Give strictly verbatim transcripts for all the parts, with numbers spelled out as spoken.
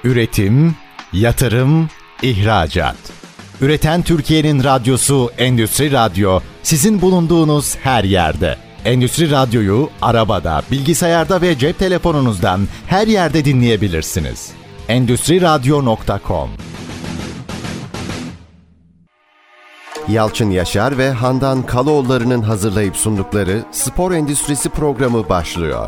Üretim, yatırım, ihracat. Üreten Türkiye'nin radyosu Endüstri Radyo, sizin bulunduğunuz her yerde. Endüstri Radyo'yu arabada, bilgisayarda ve cep telefonunuzdan her yerde dinleyebilirsiniz. endüstri radyo nokta com. Yalçın Yaşar ve Handan Kaloğulları'nın hazırlayıp sundukları Spor Endüstrisi programı başlıyor.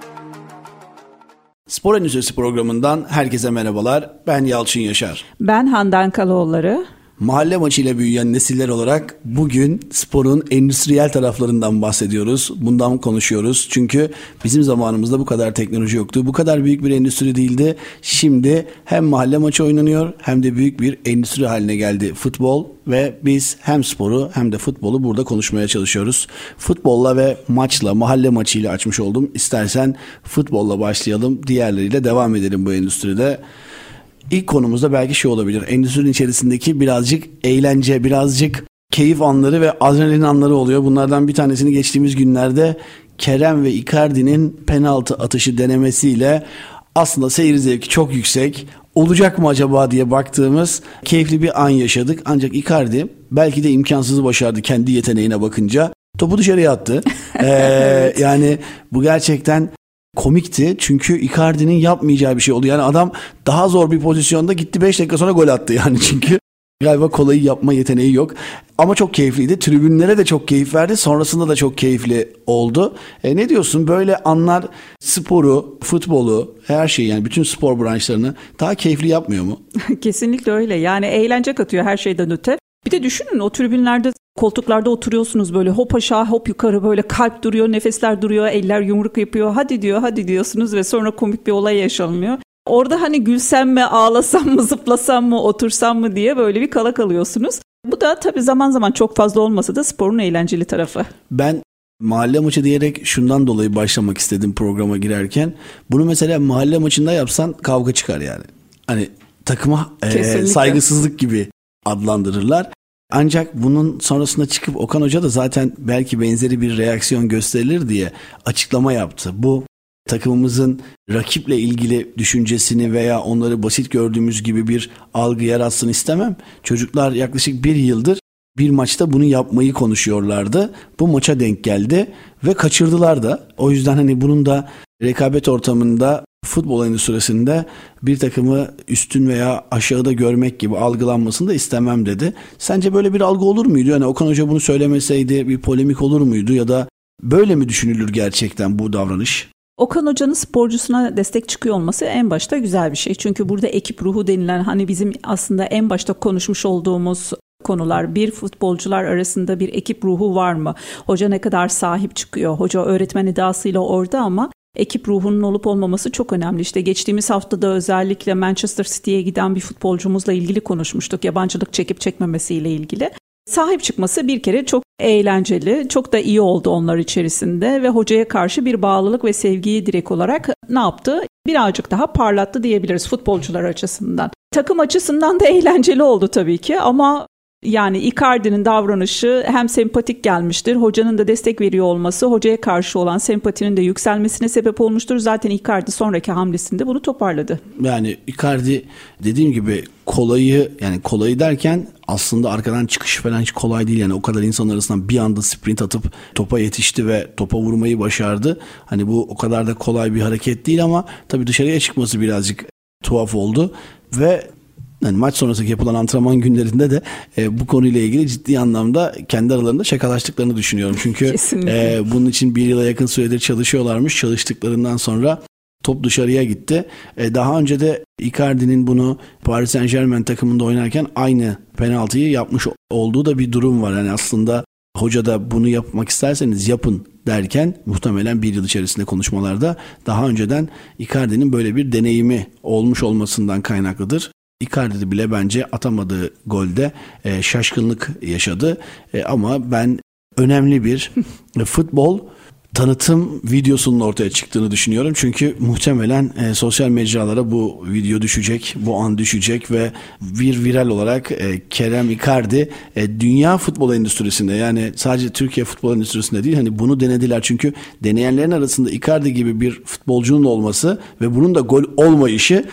Spor Endüstrisi programından herkese merhabalar. Ben Yalçın Yaşar. Ben Handan Kaloğulları. Mahalle maçıyla büyüyen nesiller olarak bugün sporun endüstriyel taraflarından bahsediyoruz. Bundan konuşuyoruz. Çünkü bizim zamanımızda bu kadar teknoloji yoktu. Bu kadar büyük bir endüstri değildi. Şimdi hem mahalle maçı oynanıyor hem de büyük bir endüstri haline geldi futbol. Ve biz hem sporu hem de futbolu burada konuşmaya çalışıyoruz. Futbolla ve maçla, mahalle maçıyla açmış oldum. İstersen futbolla başlayalım, diğerleriyle devam edelim bu endüstride. İlk konumuzda belki şey olabilir. Endüstrinin içerisindeki birazcık eğlence, birazcık keyif anları ve adrenalin anları oluyor. Bunlardan bir tanesini geçtiğimiz günlerde Kerem ve Icardi'nin penaltı atışı denemesiyle aslında seyir zevki çok yüksek. Olacak mı acaba diye baktığımız keyifli bir an yaşadık. Ancak Icardi belki de imkansızı başardı kendi yeteneğine bakınca. Topu dışarıya attı. ee, evet. Yani bu gerçekten komikti çünkü Icardi'nin yapmayacağı bir şey oldu. Yani adam daha zor bir pozisyonda gitti, beş dakika sonra gol attı yani çünkü galiba kolayı yapma yeteneği yok. Ama çok keyifliydi. Tribünlere de çok keyif verdi. Sonrasında da çok keyifli oldu. E ne diyorsun? Böyle anlar sporu, futbolu, her şeyi yani bütün spor branşlarını daha keyifli yapmıyor mu? Kesinlikle öyle. Yani eğlence katıyor her şeyden öte. Bir de düşünün, o tribünlerde koltuklarda oturuyorsunuz, böyle hop aşağı hop yukarı, böyle kalp duruyor, nefesler duruyor, eller yumruk yapıyor. Hadi diyor, hadi diyorsunuz ve sonra komik bir olay yaşanmıyor. Orada hani gülsem mi, ağlasam mı, zıplasam mı, otursam mı diye böyle bir kala kalıyorsunuz. Bu da tabii zaman zaman çok fazla olmasa da sporun eğlenceli tarafı. Ben mahalle maçı diyerek şundan dolayı başlamak istedim programa girerken. Bunu mesela mahalle maçında yapsan kavga çıkar yani. Hani takıma e, saygısızlık gibi adlandırırlar. Ancak bunun sonrasında çıkıp Okan Hoca da zaten belki benzeri bir reaksiyon gösterilir diye açıklama yaptı. Bu takımımızın rakiple ilgili düşüncesini veya onları basit gördüğümüz gibi bir algı yaratsın istemem. Çocuklar yaklaşık bir yıldır bir maçta bunu yapmayı konuşuyorlardı. Bu maça denk geldi ve kaçırdılar da. O yüzden hani bunun da rekabet ortamında futbol endüstrisinde bir takımı üstün veya aşağıda görmek gibi algılanmasını da istemem dedi. Sence böyle bir algı olur muydu? Yani Okan Hoca bunu söylemeseydi bir polemik olur muydu ya da böyle mi düşünülür gerçekten bu davranış? Okan Hoca'nın sporcusuna destek çıkıyor olması en başta güzel bir şey. Çünkü burada ekip ruhu denilen, hani bizim aslında en başta konuşmuş olduğumuz konular, bir futbolcular arasında bir ekip ruhu var mı? Hoca ne kadar sahip çıkıyor? Hoca öğretmen edasıyla orada ama ekip ruhunun olup olmaması çok önemli. İşte geçtiğimiz haftada özellikle Manchester City'ye giden bir futbolcumuzla ilgili konuşmuştuk. Yabancılık çekip çekmemesiyle ilgili. Sahip çıkması bir kere çok eğlenceli, çok da iyi oldu onlar içerisinde ve hocaya karşı bir bağlılık ve sevgiyi direkt olarak ne yaptı? Birazcık daha parlattı diyebiliriz futbolcular açısından. Takım açısından da eğlenceli oldu tabii ki ama yani Icardi'nin davranışı hem sempatik gelmiştir, hocanın da destek veriyor olması hocaya karşı olan sempatinin de yükselmesine sebep olmuştur. Zaten Icardi sonraki hamlesinde bunu toparladı. Yani Icardi dediğim gibi kolayı, yani kolayı derken aslında arkadan çıkış falan hiç kolay değil. Yani o kadar insan arasından bir anda sprint atıp topa yetişti ve topa vurmayı başardı. Hani bu o kadar da kolay bir hareket değil ama tabii dışarıya çıkması birazcık tuhaf oldu ve yani maç sonrası yapılan antrenman günlerinde de e, bu konuyla ilgili ciddi anlamda kendi aralarında şakalaştıklarını düşünüyorum. Çünkü e, bunun için bir yıla yakın süredir çalışıyorlarmış. Çalıştıklarından sonra top dışarıya gitti. E, daha önce de Icardi'nin bunu Paris Saint-Germain takımında oynarken aynı penaltıyı yapmış olduğu da bir durum var. Yani aslında hoca da bunu yapmak isterseniz yapın derken muhtemelen bir yıl içerisinde konuşmalarda daha önceden Icardi'nin böyle bir deneyimi olmuş olmasından kaynaklıdır. Icardi bile bence atamadığı golde e, şaşkınlık yaşadı. E, ama ben önemli bir futbol tanıtım videosunun ortaya çıktığını düşünüyorum. Çünkü muhtemelen e, sosyal mecralara bu video düşecek, bu an düşecek ve bir viral olarak e, Kerem Icardi e, dünya futbol endüstrisinde, yani sadece Türkiye futbol endüstrisinde değil, hani bunu denediler. Çünkü deneyenlerin arasında Icardi gibi bir futbolcunun olması ve bunun da gol olmayışı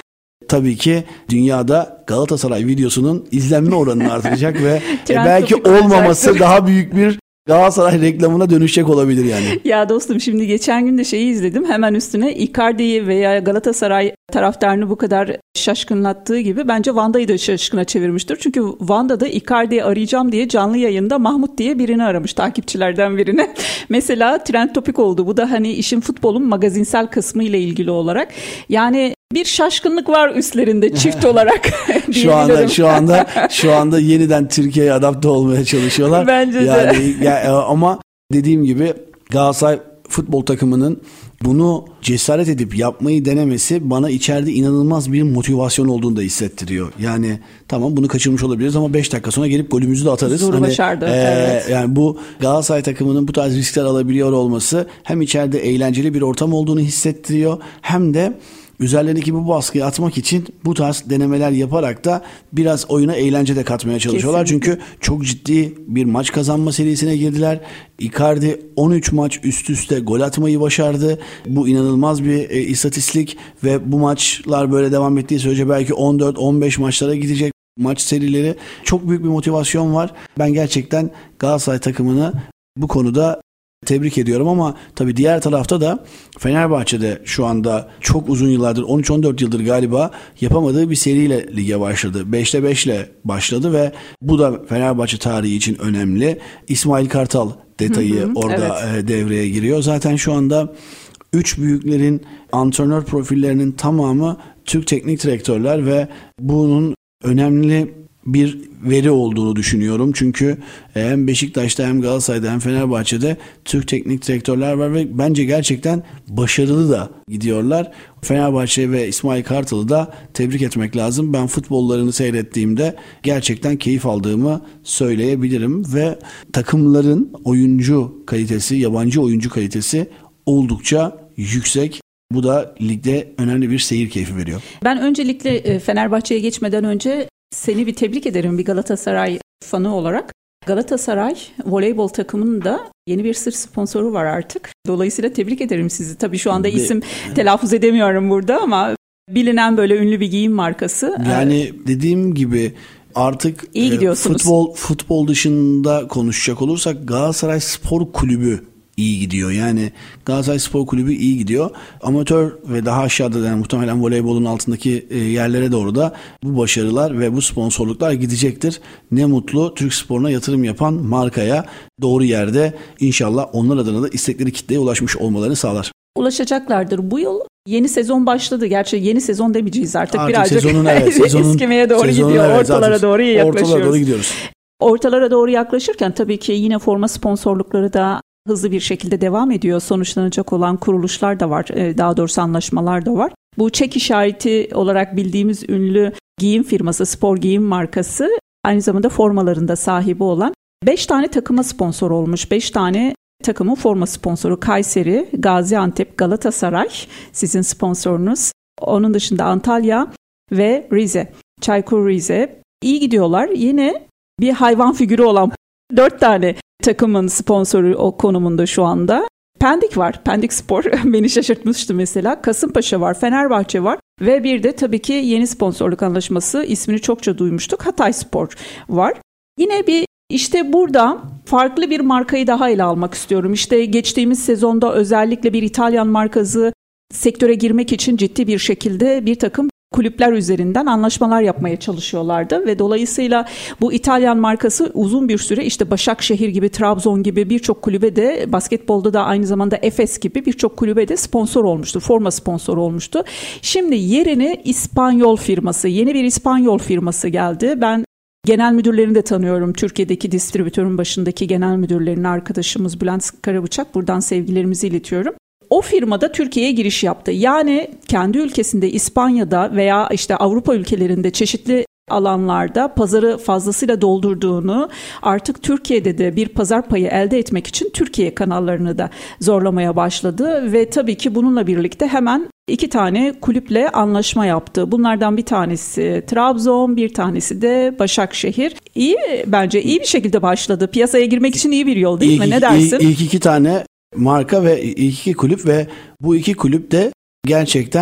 tabii ki dünyada Galatasaray videosunun izlenme oranını artıracak ve belki olmaması olacaktır. Daha büyük bir Galatasaray reklamına dönüşecek olabilir yani. Ya dostum, şimdi geçen gün de şeyi izledim. Hemen üstüne Icardi'yi veya Galatasaray taraftarını bu kadar şaşkınlattığı gibi bence Vanda'yı da şaşkına çevirmiştir. Çünkü Vanda da Icardi'yi arayacağım diye canlı yayında Mahmut diye birini aramış, takipçilerden birini. Mesela trend topik oldu. Bu da hani işin, futbolun magazinsel kısmı ile ilgili olarak. Yani bir şaşkınlık var üstlerinde çift olarak. şu anda şu anda şu anda yeniden Türkiye'ye adapte olmaya çalışıyorlar. Bence yani, de. Yani, ama dediğim gibi Galatasaray futbol takımının bunu cesaret edip yapmayı denemesi bana içeride inanılmaz bir motivasyon olduğunu da hissettiriyor. Yani tamam, bunu kaçırmış olabiliriz ama beş dakika sonra gelip golümüzü de atarız. Zoru hani, başardı. E, evet. Yani bu Galatasaray takımının bu tarz riskler alabiliyor olması hem içeride eğlenceli bir ortam olduğunu hissettiriyor, hem de üzerlerindeki bu baskıyı atmak için bu tarz denemeler yaparak da biraz oyuna eğlence de katmaya çalışıyorlar. Kesinlikle. Çünkü çok ciddi bir maç kazanma serisine girdiler. Icardi on üç maç üst üste gol atmayı başardı. Bu inanılmaz bir e, istatistik ve bu maçlar böyle devam ettiği sürece belki on dört on beş maçlara gidecek maç serileri. Çok büyük bir motivasyon var. Ben gerçekten Galatasaray takımını bu konuda tebrik ediyorum ama tabii diğer tarafta da Fenerbahçe'de şu anda çok uzun yıllardır, on üç on dört yıldır galiba yapamadığı bir seriyle lige başladı. beşte beş ile başladı ve bu da Fenerbahçe tarihi için önemli. İsmail Kartal detayı hı hı, orada evet. devreye giriyor. Zaten şu anda üç büyüklerin antrenör profillerinin tamamı Türk teknik direktörler ve bunun önemli bir veri olduğunu düşünüyorum. Çünkü hem Beşiktaş'ta hem Galatasaray'da hem Fenerbahçe'de Türk teknik direktörler var ve bence gerçekten başarılı da gidiyorlar. Fenerbahçe ve İsmail Kartal'ı da tebrik etmek lazım. Ben futbollarını seyrettiğimde gerçekten keyif aldığımı söyleyebilirim ve takımların oyuncu kalitesi, yabancı oyuncu kalitesi oldukça yüksek. Bu da ligde önemli bir seyir keyfi veriyor. Ben öncelikle Fenerbahçe'ye geçmeden önce seni bir tebrik ederim bir Galatasaray fanı olarak. Galatasaray voleybol takımının da yeni bir sır sponsoru var artık. Dolayısıyla tebrik ederim sizi. Tabii şu anda isim telaffuz edemiyorum burada ama bilinen böyle ünlü bir giyim markası. Yani dediğim gibi artık iyi gidiyorsunuz. Futbol futbol dışında konuşacak olursak Galatasaray Spor Kulübü iyi gidiyor. Yani Galatasaray Spor Kulübü iyi gidiyor. Amatör ve daha aşağıda, yani muhtemelen voleybolun altındaki yerlere doğru da bu başarılar ve bu sponsorluklar gidecektir. Ne mutlu Türk sporuna yatırım yapan markaya, doğru yerde inşallah onlar adına da istekleri kitleye ulaşmış olmalarını sağlar. Ulaşacaklardır. Bu yıl yeni sezon başladı. Gerçi yeni sezon demeyeceğiz artık, artık birazcık sezonun, evet, sezonun, eskimeye doğru sezonun, gidiyor. Evet, ortalara doğru yaklaşıyoruz. Ortalara doğru gidiyoruz. Ortalara doğru yaklaşırken tabii ki yine forma sponsorlukları da hızlı bir şekilde devam ediyor. Sonuçlanacak olan kuruluşlar da var. Daha doğrusu anlaşmalar da var. Bu çek işareti olarak bildiğimiz ünlü giyim firması, spor giyim markası, aynı zamanda formalarında sahibi olan beş tane takıma sponsor olmuş. beş tane takımın forma sponsoru. Kayseri, Gaziantep, Galatasaray sizin sponsorunuz. Onun dışında Antalya ve Rize. Çaykur Rize. İyi gidiyorlar. Yine bir hayvan figürü olan dört tane takımın sponsoru o konumunda şu anda. Pendik var. Pendik Spor beni şaşırtmıştı mesela. Kasımpaşa var, Fenerbahçe var ve bir de tabii ki yeni sponsorluk anlaşması, ismini çokça duymuştuk, Hatay Spor var. Yine bir işte burada farklı bir markayı daha ele almak istiyorum. İşte geçtiğimiz sezonda özellikle bir İtalyan markası sektöre girmek için ciddi bir şekilde bir takım kulüpler üzerinden anlaşmalar yapmaya çalışıyorlardı ve dolayısıyla bu İtalyan markası uzun bir süre işte Başakşehir gibi, Trabzon gibi birçok kulübe de, basketbolda da aynı zamanda Efes gibi birçok kulübe de sponsor olmuştu, forma sponsoru olmuştu. Şimdi yerini İspanyol firması, yeni bir İspanyol firması geldi. Ben genel müdürlerini de tanıyorum. Türkiye'deki distribütörün başındaki genel müdürlerinin arkadaşımız Bülent Karabıçak. Buradan sevgilerimizi iletiyorum. O firmada Türkiye'ye giriş yaptı. Yani kendi ülkesinde, İspanya'da veya işte Avrupa ülkelerinde çeşitli alanlarda pazarı fazlasıyla doldurduğunu, artık Türkiye'de de bir pazar payı elde etmek için Türkiye kanallarını da zorlamaya başladı ve tabii ki bununla birlikte hemen iki tane kulüple anlaşma yaptı. Bunlardan bir tanesi Trabzon, bir tanesi de Başakşehir. İyi, bence iyi bir şekilde başladı. Piyasaya girmek için iyi bir yol değil ilk, mi? Ne dersin? İlk, ilk iki tane marka ve ilk iki kulüp ve bu iki kulüp de gerçekten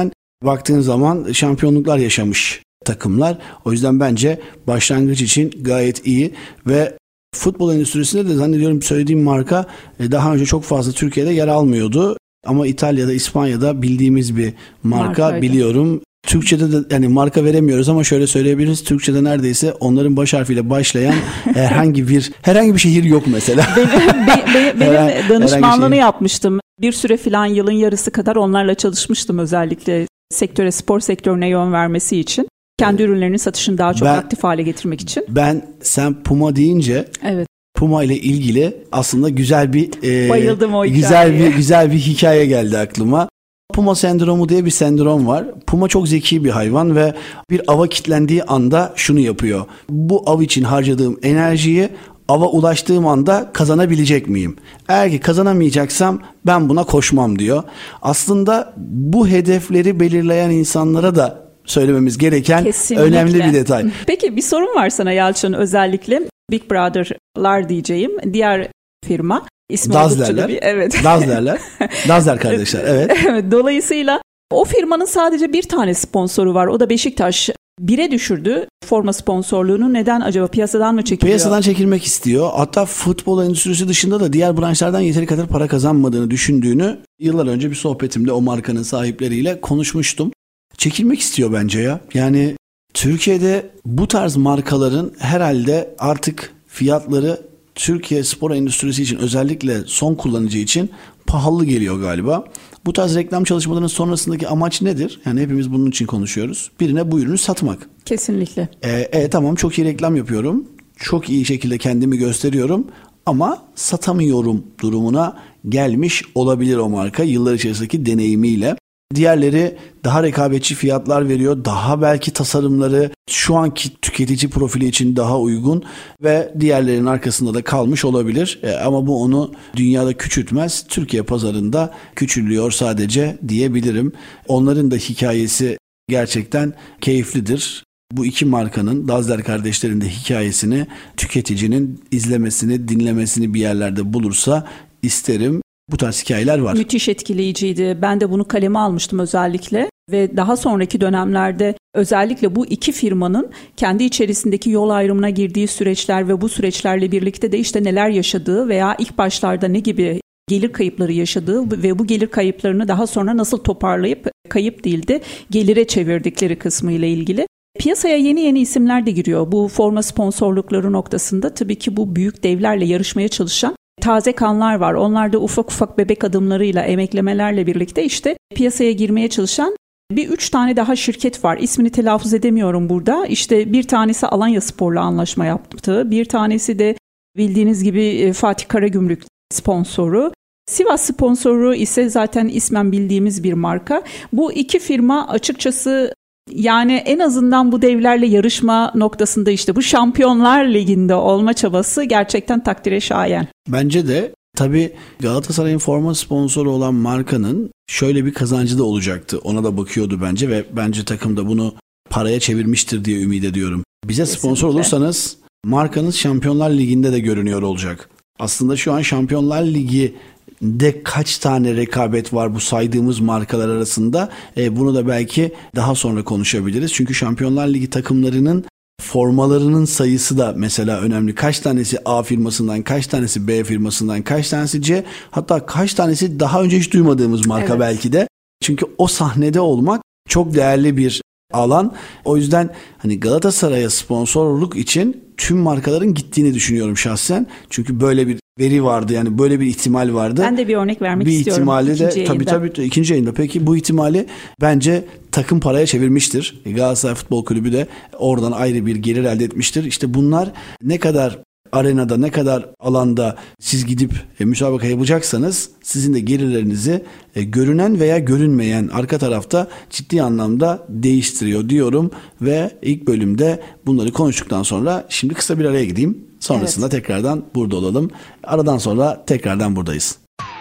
baktığın zaman şampiyonluklar yaşamış takımlar. O yüzden bence başlangıç için gayet iyi ve futbol endüstrisinde de zannediyorum söylediğim marka daha önce çok fazla Türkiye'de yer almıyordu. Ama İtalya'da, İspanya'da bildiğimiz bir marka Markaydı. biliyorum. Türkçe'de de yani marka veremiyoruz ama şöyle söyleyebiliriz. Türkçe'de neredeyse onların baş harfiyle başlayan herhangi bir herhangi bir şehir yok mesela. Benim, be, be, benim danışmanlığını yapmıştım. Bir süre filan yılın yarısı kadar onlarla çalışmıştım özellikle sektöre, spor sektörüne yön vermesi için. Kendi evet. ürünlerinin satışını daha çok ben, aktif hale getirmek için. Ben sen Puma deyince evet. Puma ile ilgili aslında güzel bir e, bayıldım o güzel bir güzel bir hikaye geldi aklıma. Puma sendromu diye bir sendrom var. Puma çok zeki bir hayvan ve bir ava kilitlendiği anda şunu yapıyor. Bu av için harcadığım enerjiyi ava ulaştığım anda kazanabilecek miyim? Eğer ki kazanamayacaksam ben buna koşmam diyor. Aslında bu hedefleri belirleyen insanlara da söylememiz gereken Kesinlikle. önemli bir detay. Peki bir sorum var sana Yalçın, özellikle Big Brother'lar diyeceğim. Diğer firma. Dazzler'ler. Bir, evet. Dazzler'ler. Dazzler kardeşler. Evet. Evet. Dolayısıyla o firmanın sadece bir tane sponsoru var. O da Beşiktaş. Bire düşürdü forma sponsorluğunu. Neden acaba? Piyasadan mı çekiliyor? Piyasadan çekilmek istiyor. Hatta futbol endüstrisi dışında da diğer branşlardan yeteri kadar para kazanmadığını düşündüğünü yıllar önce bir sohbetimde o markanın sahipleriyle konuşmuştum. Çekilmek istiyor bence ya. Yani Türkiye'de bu tarz markaların herhalde artık fiyatları Türkiye spor endüstrisi için, özellikle son kullanıcı için pahalı geliyor galiba. Bu tarz reklam çalışmalarının sonrasındaki amaç nedir? Yani hepimiz bunun için konuşuyoruz. Birine bu ürünü satmak. Kesinlikle. Ee, e, tamam çok iyi reklam yapıyorum. Çok iyi şekilde kendimi gösteriyorum. Ama satamıyorum durumuna gelmiş olabilir o marka yıllar içerisindeki deneyimiyle. Diğerleri daha rekabetçi fiyatlar veriyor. Daha belki tasarımları şu anki tüketici profili için daha uygun ve diğerlerinin arkasında da kalmış olabilir. E, ama bu onu dünyada küçültmez. Türkiye pazarında küçülüyor sadece diyebilirim. Onların da hikayesi gerçekten keyiflidir. Bu iki markanın, Dazzler kardeşlerin de hikayesini tüketicinin izlemesini, dinlemesini bir yerlerde bulursa isterim. Bu tarz hikayeler var. Müthiş etkileyiciydi. Ben de bunu kaleme almıştım özellikle ve daha sonraki dönemlerde özellikle bu iki firmanın kendi içerisindeki yol ayrımına girdiği süreçler ve bu süreçlerle birlikte de işte neler yaşadığı veya ilk başlarda ne gibi gelir kayıpları yaşadığı ve bu gelir kayıplarını daha sonra nasıl toparlayıp kayıp değil de gelire çevirdikleri kısmı ile ilgili. Piyasaya yeni yeni isimler de giriyor. Bu forma sponsorlukları noktasında tabii ki bu büyük devlerle yarışmaya çalışan taze kanlar var. Onlar da ufak ufak bebek adımlarıyla, emeklemelerle birlikte işte piyasaya girmeye çalışan bir üç tane daha şirket var. İsmini telaffuz edemiyorum burada. İşte bir tanesi Alanya Spor'la anlaşma yaptı. Bir tanesi de bildiğiniz gibi Fatih Karagümrük sponsoru. Sivas sponsoru ise zaten ismen bildiğimiz bir marka. Bu iki firma açıkçası yani en azından bu devlerle yarışma noktasında işte bu Şampiyonlar Ligi'nde olma çabası gerçekten takdire şayan. Bence de tabii Galatasaray'ın forma sponsoru olan markanın şöyle bir kazancı da olacaktı. Ona da bakıyordu bence ve bence takım da bunu paraya çevirmiştir diye ümit ediyorum. Bize Kesinlikle. Sponsor olursanız markanız Şampiyonlar Ligi'nde de görünüyor olacak. Aslında şu an Şampiyonlar Ligi de kaç tane rekabet var bu saydığımız markalar arasında? E, bunu da belki daha sonra konuşabiliriz. Çünkü Şampiyonlar Ligi takımlarının formalarının sayısı da mesela önemli. Kaç tanesi A firmasından, kaç tanesi B firmasından, kaç tanesi C, hatta kaç tanesi daha önce hiç duymadığımız marka evet. belki de. Çünkü o sahnede olmak çok değerli bir alan. O yüzden hani Galatasaray'a sponsorluk için tüm markaların gittiğini düşünüyorum şahsen. Çünkü böyle bir veri vardı, yani böyle bir ihtimal vardı. Ben de bir örnek vermek bir istiyorum. Bir ihtimali de tabii tabii ikinci yayında. Peki bu ihtimali bence takım paraya çevirmiştir. Galatasaray Futbol Kulübü de oradan ayrı bir gelir elde etmiştir. İşte bunlar ne kadar arenada, ne kadar alanda siz gidip e, müsabaka yapacaksanız sizin de gelirlerinizi e, görünen veya görünmeyen arka tarafta ciddi anlamda değiştiriyor diyorum ve ilk bölümde bunları konuştuktan sonra şimdi kısa bir araya gideyim. Sonrasında evet. tekrardan burada olalım. Aradan sonra tekrardan buradayız.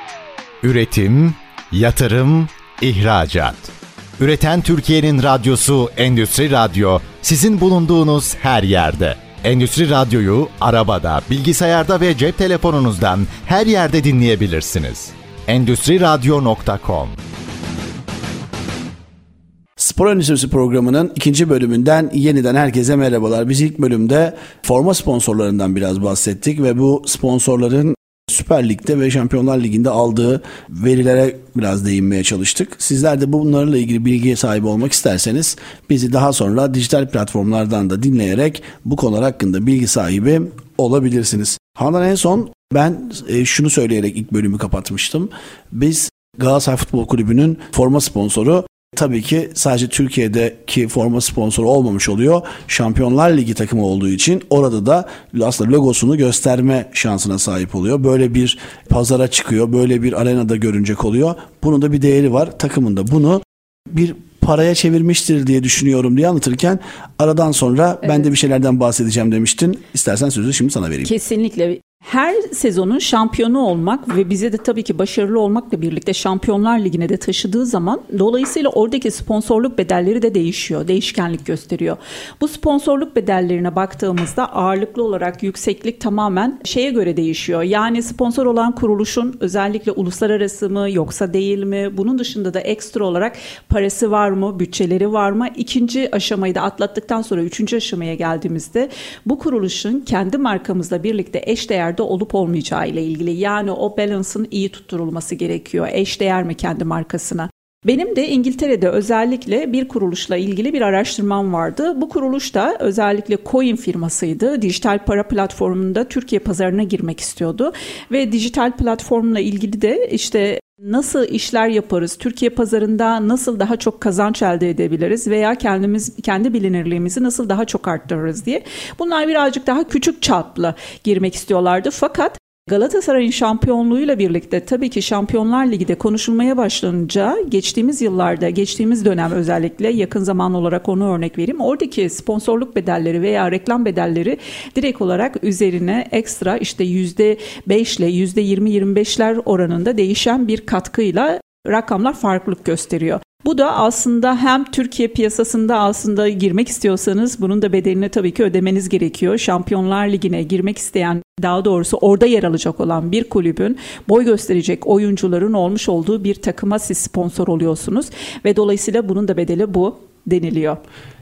Üretim, yatırım, ihracat. Üreten Türkiye'nin radyosu Endüstri Radyo sizin bulunduğunuz her yerde. Endüstri Radyo'yu arabada, bilgisayarda ve cep telefonunuzdan her yerde dinleyebilirsiniz. endüstri radyo nokta com Spor Endüstrisi programının ikinci bölümünden yeniden herkese merhabalar. Biz ilk bölümde forma sponsorlarından biraz bahsettik ve bu sponsorların Süper Lig'de ve Şampiyonlar Ligi'nde aldığı verilere biraz değinmeye çalıştık. Sizler de bunlarla ilgili bilgiye sahip olmak isterseniz bizi daha sonra dijital platformlardan da dinleyerek bu konular hakkında bilgi sahibi olabilirsiniz. Handan, en son ben şunu söyleyerek ilk bölümü kapatmıştım. Biz Galatasaray Futbol Kulübü'nün forma sponsoru tabii ki sadece Türkiye'deki forma sponsoru olmamış oluyor. Şampiyonlar Ligi takımı olduğu için orada da aslında logosunu gösterme şansına sahip oluyor. Böyle bir pazara çıkıyor, böyle bir arenada görünecek oluyor. Bunun da bir değeri var. Takımında bunu bir paraya çevirmiştir diye düşünüyorum diye anlatırken aradan sonra evet, ben de bir şeylerden bahsedeceğim demiştin. İstersen sözü şimdi sana vereyim. Kesinlikle. Her sezonun şampiyonu olmak ve bize de tabii ki başarılı olmakla birlikte Şampiyonlar Ligi'ne de taşıdığı zaman dolayısıyla oradaki sponsorluk bedelleri de değişiyor, değişkenlik gösteriyor. Bu sponsorluk bedellerine baktığımızda ağırlıklı olarak yükseklik tamamen şeye göre değişiyor. Yani sponsor olan kuruluşun özellikle uluslararası mı yoksa değil mi? Bunun dışında da ekstra olarak parası var mı, bütçeleri var mı? İkinci aşamayı da atlattıktan sonra üçüncü aşamaya geldiğimizde bu kuruluşun kendi markamızla birlikte eşdeğer de olup olmayacağı ile ilgili, yani o balance'ın iyi tutturulması gerekiyor. Eşdeğer mi kendi markasına? Benim de İngiltere'de özellikle bir kuruluşla ilgili bir araştırmam vardı. Bu kuruluş da özellikle Coin firmasıydı. Dijital para platformunda Türkiye pazarına girmek istiyordu ve dijital platformla ilgili de işte nasıl işler yaparız, Türkiye pazarında nasıl daha çok kazanç elde edebiliriz veya kendimiz kendi bilinirliğimizi nasıl daha çok arttırırız diye. Bunlar birazcık daha küçük çaplı girmek istiyorlardı. Fakat Galatasaray'ın şampiyonluğuyla birlikte tabii ki Şampiyonlar Ligi'de konuşulmaya başlanınca geçtiğimiz yıllarda, geçtiğimiz dönem özellikle yakın zaman olarak onu örnek vereyim. Oradaki sponsorluk bedelleri veya reklam bedelleri direkt olarak üzerine ekstra işte yüzde beş ile yüzde yirmi yirmi beşler oranında değişen bir katkıyla rakamlar farklılık gösteriyor. Bu da aslında hem Türkiye piyasasında aslında girmek istiyorsanız bunun da bedelini tabii ki ödemeniz gerekiyor. Şampiyonlar Ligi'ne girmek isteyen, daha doğrusu orada yer alacak olan bir kulübün boy gösterecek oyuncuların olmuş olduğu bir takıma siz sponsor oluyorsunuz ve dolayısıyla bunun da bedeli bu deniliyor.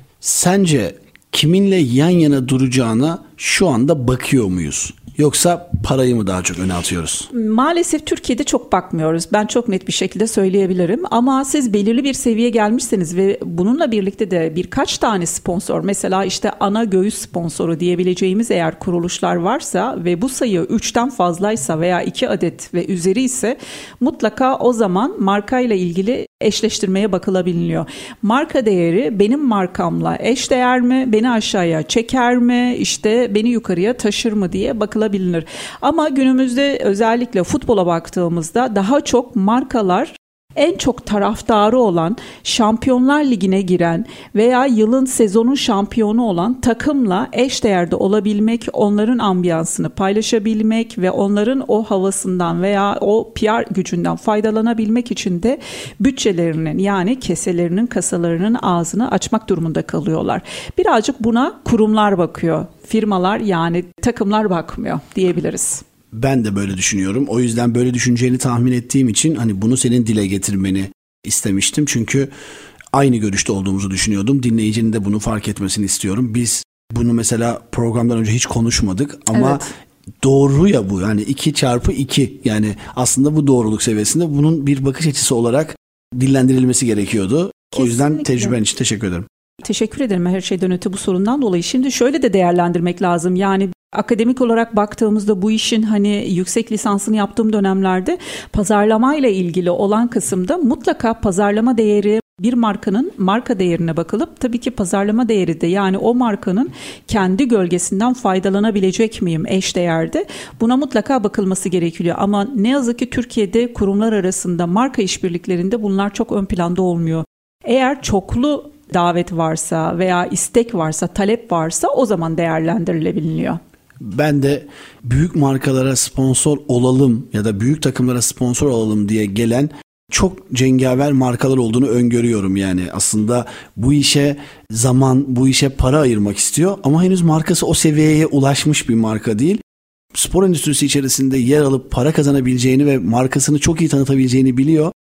Sence kiminle yan yana duracağına şu anda bakıyor muyuz? Yoksa parayı mı daha çok öne atıyoruz? Maalesef Türkiye'de çok bakmıyoruz. Ben çok net bir şekilde söyleyebilirim. Ama siz belirli bir seviyeye gelmişseniz ve bununla birlikte de birkaç tane sponsor, mesela işte ana göğüs sponsoru diyebileceğimiz eğer kuruluşlar varsa ve bu sayı üçten fazlaysa veya iki adet ve üzeri ise mutlaka o zaman markayla ilgili eşleştirmeye bakılabiliyor. Marka değeri benim markamla eşdeğer mi, beni aşağıya çeker mi, işte beni yukarıya taşır mı diye bakılabilir. Ama günümüzde özellikle futbola baktığımızda daha çok markalar en çok taraftarı olan, Şampiyonlar Ligi'ne giren veya yılın sezonun şampiyonu olan takımla eşdeğerde olabilmek, onların ambiyansını paylaşabilmek ve onların o havasından veya o P R gücünden faydalanabilmek için de bütçelerinin, yani keselerinin, kasalarının ağzını açmak durumunda kalıyorlar. Birazcık buna kurumlar bakıyor, firmalar yani takımlar bakmıyor diyebiliriz. Ben de böyle düşünüyorum. O yüzden böyle düşüneceğini tahmin ettiğim için hani bunu senin dile getirmeni istemiştim. Çünkü aynı görüşte olduğumuzu düşünüyordum. Dinleyicinin de bunu fark etmesini istiyorum. Biz bunu mesela programdan önce hiç konuşmadık ama evet, doğru ya bu. Yani iki çarpı iki, yani aslında bu doğruluk seviyesinde bunun bir bakış açısı olarak dillendirilmesi gerekiyordu. Kesinlikle. O yüzden tecrüben için teşekkür ederim. Teşekkür ederim her şeyden öte bu sorundan dolayı. Şimdi şöyle de değerlendirmek lazım. Yani akademik olarak baktığımızda bu işin hani yüksek lisansını yaptığım dönemlerde pazarlamayla ilgili olan kısımda mutlaka pazarlama değeri, bir markanın marka değerine bakılıp tabii ki pazarlama değeri de, yani o markanın kendi gölgesinden faydalanabilecek miyim eşdeğerde, buna mutlaka bakılması gerekiyor. Ama ne yazık ki Türkiye'de kurumlar arasında marka işbirliklerinde bunlar çok ön planda olmuyor. Eğer çoklu davet varsa veya istek varsa, talep varsa o zaman değerlendirilebiliyor. Ben de büyük markalara sponsor olalım ya da büyük takımlara sponsor olalım diye gelen çok cengaver markalar olduğunu öngörüyorum. Yani aslında bu işe zaman, bu işe para ayırmak istiyor ama henüz markası o seviyeye ulaşmış bir marka değil. Spor endüstrisi içerisinde yer alıp para kazanabileceğini ve markasını çok iyi tanıtabileceğini biliyor.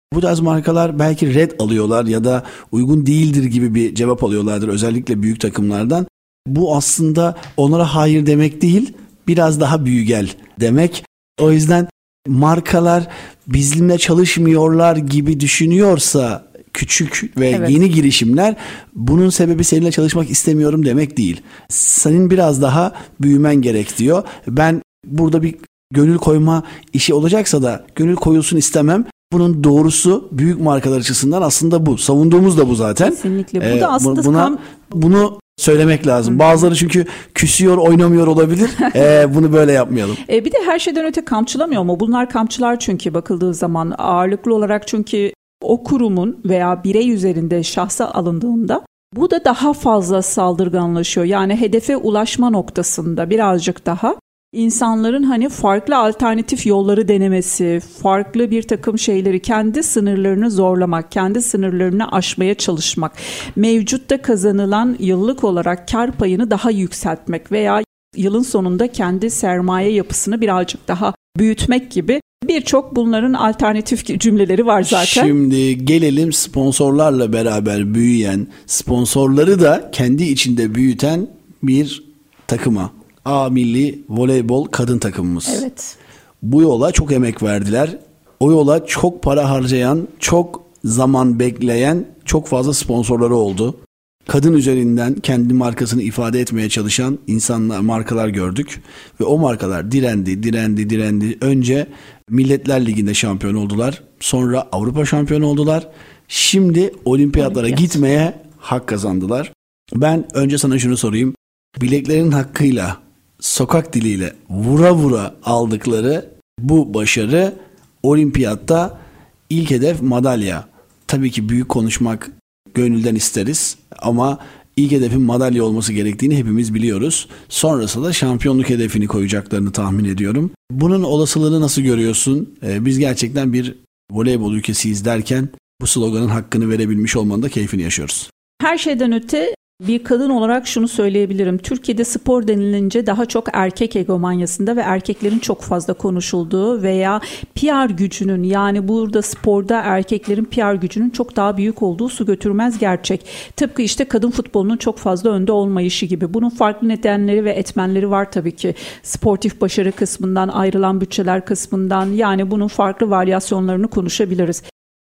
Bu tarz markalar belki red alıyorlar ya da uygun değildir gibi bir cevap alıyorlardır özellikle büyük takımlardan. Bu aslında onlara hayır demek değil, biraz daha büyügel demek. O yüzden markalar bizimle çalışmıyorlar gibi düşünüyorsa küçük ve evet. yeni girişimler, bunun sebebi seninle çalışmak istemiyorum demek değil. Senin biraz daha büyümen gerek diyor. Ben burada bir gönül koyma işi olacaksa da gönül koyulsun istemem. Bunun doğrusu büyük markalar açısından aslında bu. Savunduğumuz da bu zaten. Kesinlikle. Bu ee, da aslında buna, tam... bunu söylemek lazım. Hı. Bazıları çünkü küsüyor, oynamıyor olabilir. ee, bunu böyle yapmayalım. E bir de her şeyden öte kamçılamıyor mu? Bunlar kamçılar çünkü bakıldığı zaman ağırlıklı olarak, çünkü o kurumun veya birey üzerinde şahsa alındığında bu da daha fazla saldırganlaşıyor. Yani hedefe ulaşma noktasında birazcık daha İnsanların hani farklı alternatif yolları denemesi, farklı bir takım şeyleri, kendi sınırlarını zorlamak, kendi sınırlarını aşmaya çalışmak, mevcutta kazanılan yıllık olarak kar payını daha yükseltmek veya yılın sonunda kendi sermaye yapısını birazcık daha büyütmek gibi birçok bunların alternatif cümleleri var zaten. Şimdi gelelim sponsorlarla beraber büyüyen, sponsorları da kendi içinde büyüten bir takıma. A Milli Voleybol kadın takımımız. Evet. Bu yola çok emek verdiler. O yola çok para harcayan, çok zaman bekleyen çok fazla sponsorları oldu. Kadın üzerinden kendi markasını ifade etmeye çalışan insanlar, markalar gördük. Ve o markalar direndi, direndi, direndi. Önce Milletler Ligi'nde şampiyon oldular. Sonra Avrupa şampiyonu oldular. Şimdi olimpiyatlara Olimpiyat. gitmeye hak kazandılar. Ben önce sana şunu sorayım. Bileklerin hakkıyla, sokak diliyle vura vura aldıkları bu başarı, olimpiyatta ilk hedef madalya. Tabii ki büyük konuşmak gönülden isteriz ama ilk hedefin madalya olması gerektiğini hepimiz biliyoruz. Sonrasında da şampiyonluk hedefini koyacaklarını tahmin ediyorum. Bunun olasılığını nasıl görüyorsun? Ee, biz gerçekten bir voleybol ülkesiyiz derken bu sloganın hakkını verebilmiş olmanın da keyfini yaşıyoruz. Her şeyden öte bir kadın olarak şunu söyleyebilirim. Türkiye'de spor denilince daha çok erkek egomanyasında ve erkeklerin çok fazla konuşulduğu veya P R gücünün, yani burada sporda erkeklerin P R gücünün çok daha büyük olduğu su götürmez gerçek. Tıpkı işte kadın futbolunun çok fazla önde olmayışı gibi. Bunun farklı nedenleri ve etmenleri var tabii ki. Sportif başarı kısmından, ayrılan bütçeler kısmından, yani bunun farklı varyasyonlarını konuşabiliriz.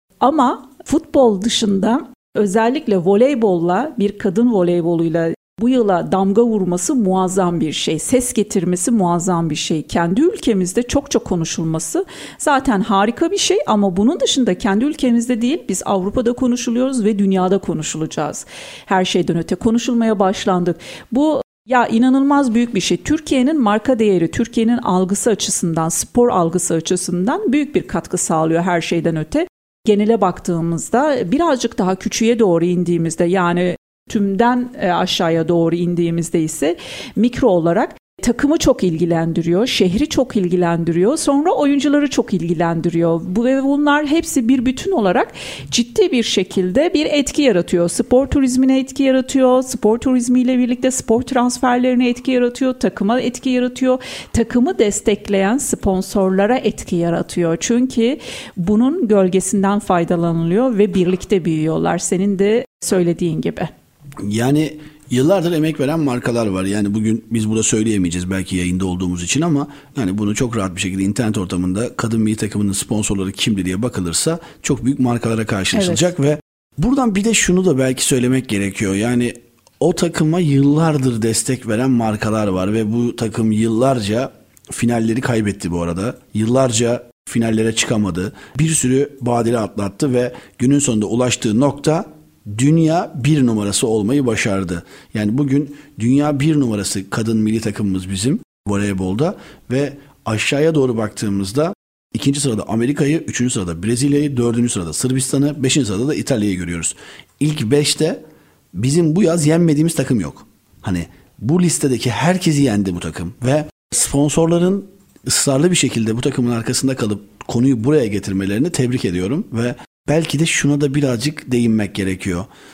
Ama futbol dışında özellikle voleybolla, bir kadın voleyboluyla bu yıla damga vurması muazzam bir şey. Ses getirmesi muazzam bir şey. Kendi ülkemizde çok çok konuşulması zaten harika bir şey ama bunun dışında kendi ülkemizde değil, biz Avrupa'da konuşuluyoruz ve dünyada konuşulacağız. Her şeyden öte konuşulmaya başlandık. Bu ya inanılmaz büyük bir şey. Türkiye'nin marka değeri, Türkiye'nin algısı açısından, spor algısı açısından büyük bir katkı sağlıyor her şeyden öte. Genele baktığımızda, birazcık daha küçüğe doğru indiğimizde, yani tümden aşağıya doğru indiğimizde ise mikro olarak takımı çok ilgilendiriyor, şehri çok ilgilendiriyor, sonra oyuncuları çok ilgilendiriyor. Bu ve bunlar hepsi bir bütün olarak ciddi bir şekilde bir etki yaratıyor. Spor turizmine etki yaratıyor, spor turizmiyle birlikte spor transferlerine etki yaratıyor, takıma etki yaratıyor, takımı destekleyen sponsorlara etki yaratıyor. Çünkü bunun gölgesinden faydalanılıyor ve birlikte büyüyorlar. Senin de söylediğin gibi. Yani yıllardır emek veren markalar var. Yani bugün biz burada söyleyemeyeceğiz belki yayında olduğumuz için ama yani bunu çok rahat bir şekilde internet ortamında kadın milli takımının sponsorları kimdi diye bakılırsa çok büyük markalara karşılaşılacak. Evet. Ve buradan bir de şunu da belki söylemek gerekiyor. Yani o takıma yıllardır destek veren markalar var ve bu takım yıllarca finalleri kaybetti bu arada. Yıllarca finallere çıkamadı. Bir sürü badire atlattı ve günün sonunda ulaştığı nokta dünya bir numarası olmayı başardı. Yani bugün dünya bir numarası kadın milli takımımız bizim voleybolda ve aşağıya doğru baktığımızda ikinci sırada Amerika'yı, üçüncü sırada Brezilya'yı, dördüncü sırada Sırbistan'ı, beşinci sırada da İtalya'yı görüyoruz. İlk beşte bizim bu yaz yenmediğimiz takım yok. Hani bu listedeki herkesi yendi bu takım ve sponsorların ısrarlı bir şekilde bu takımın arkasında kalıp konuyu buraya getirmelerini tebrik ediyorum ve belki de şuna da birazcık değinmek gerekiyor.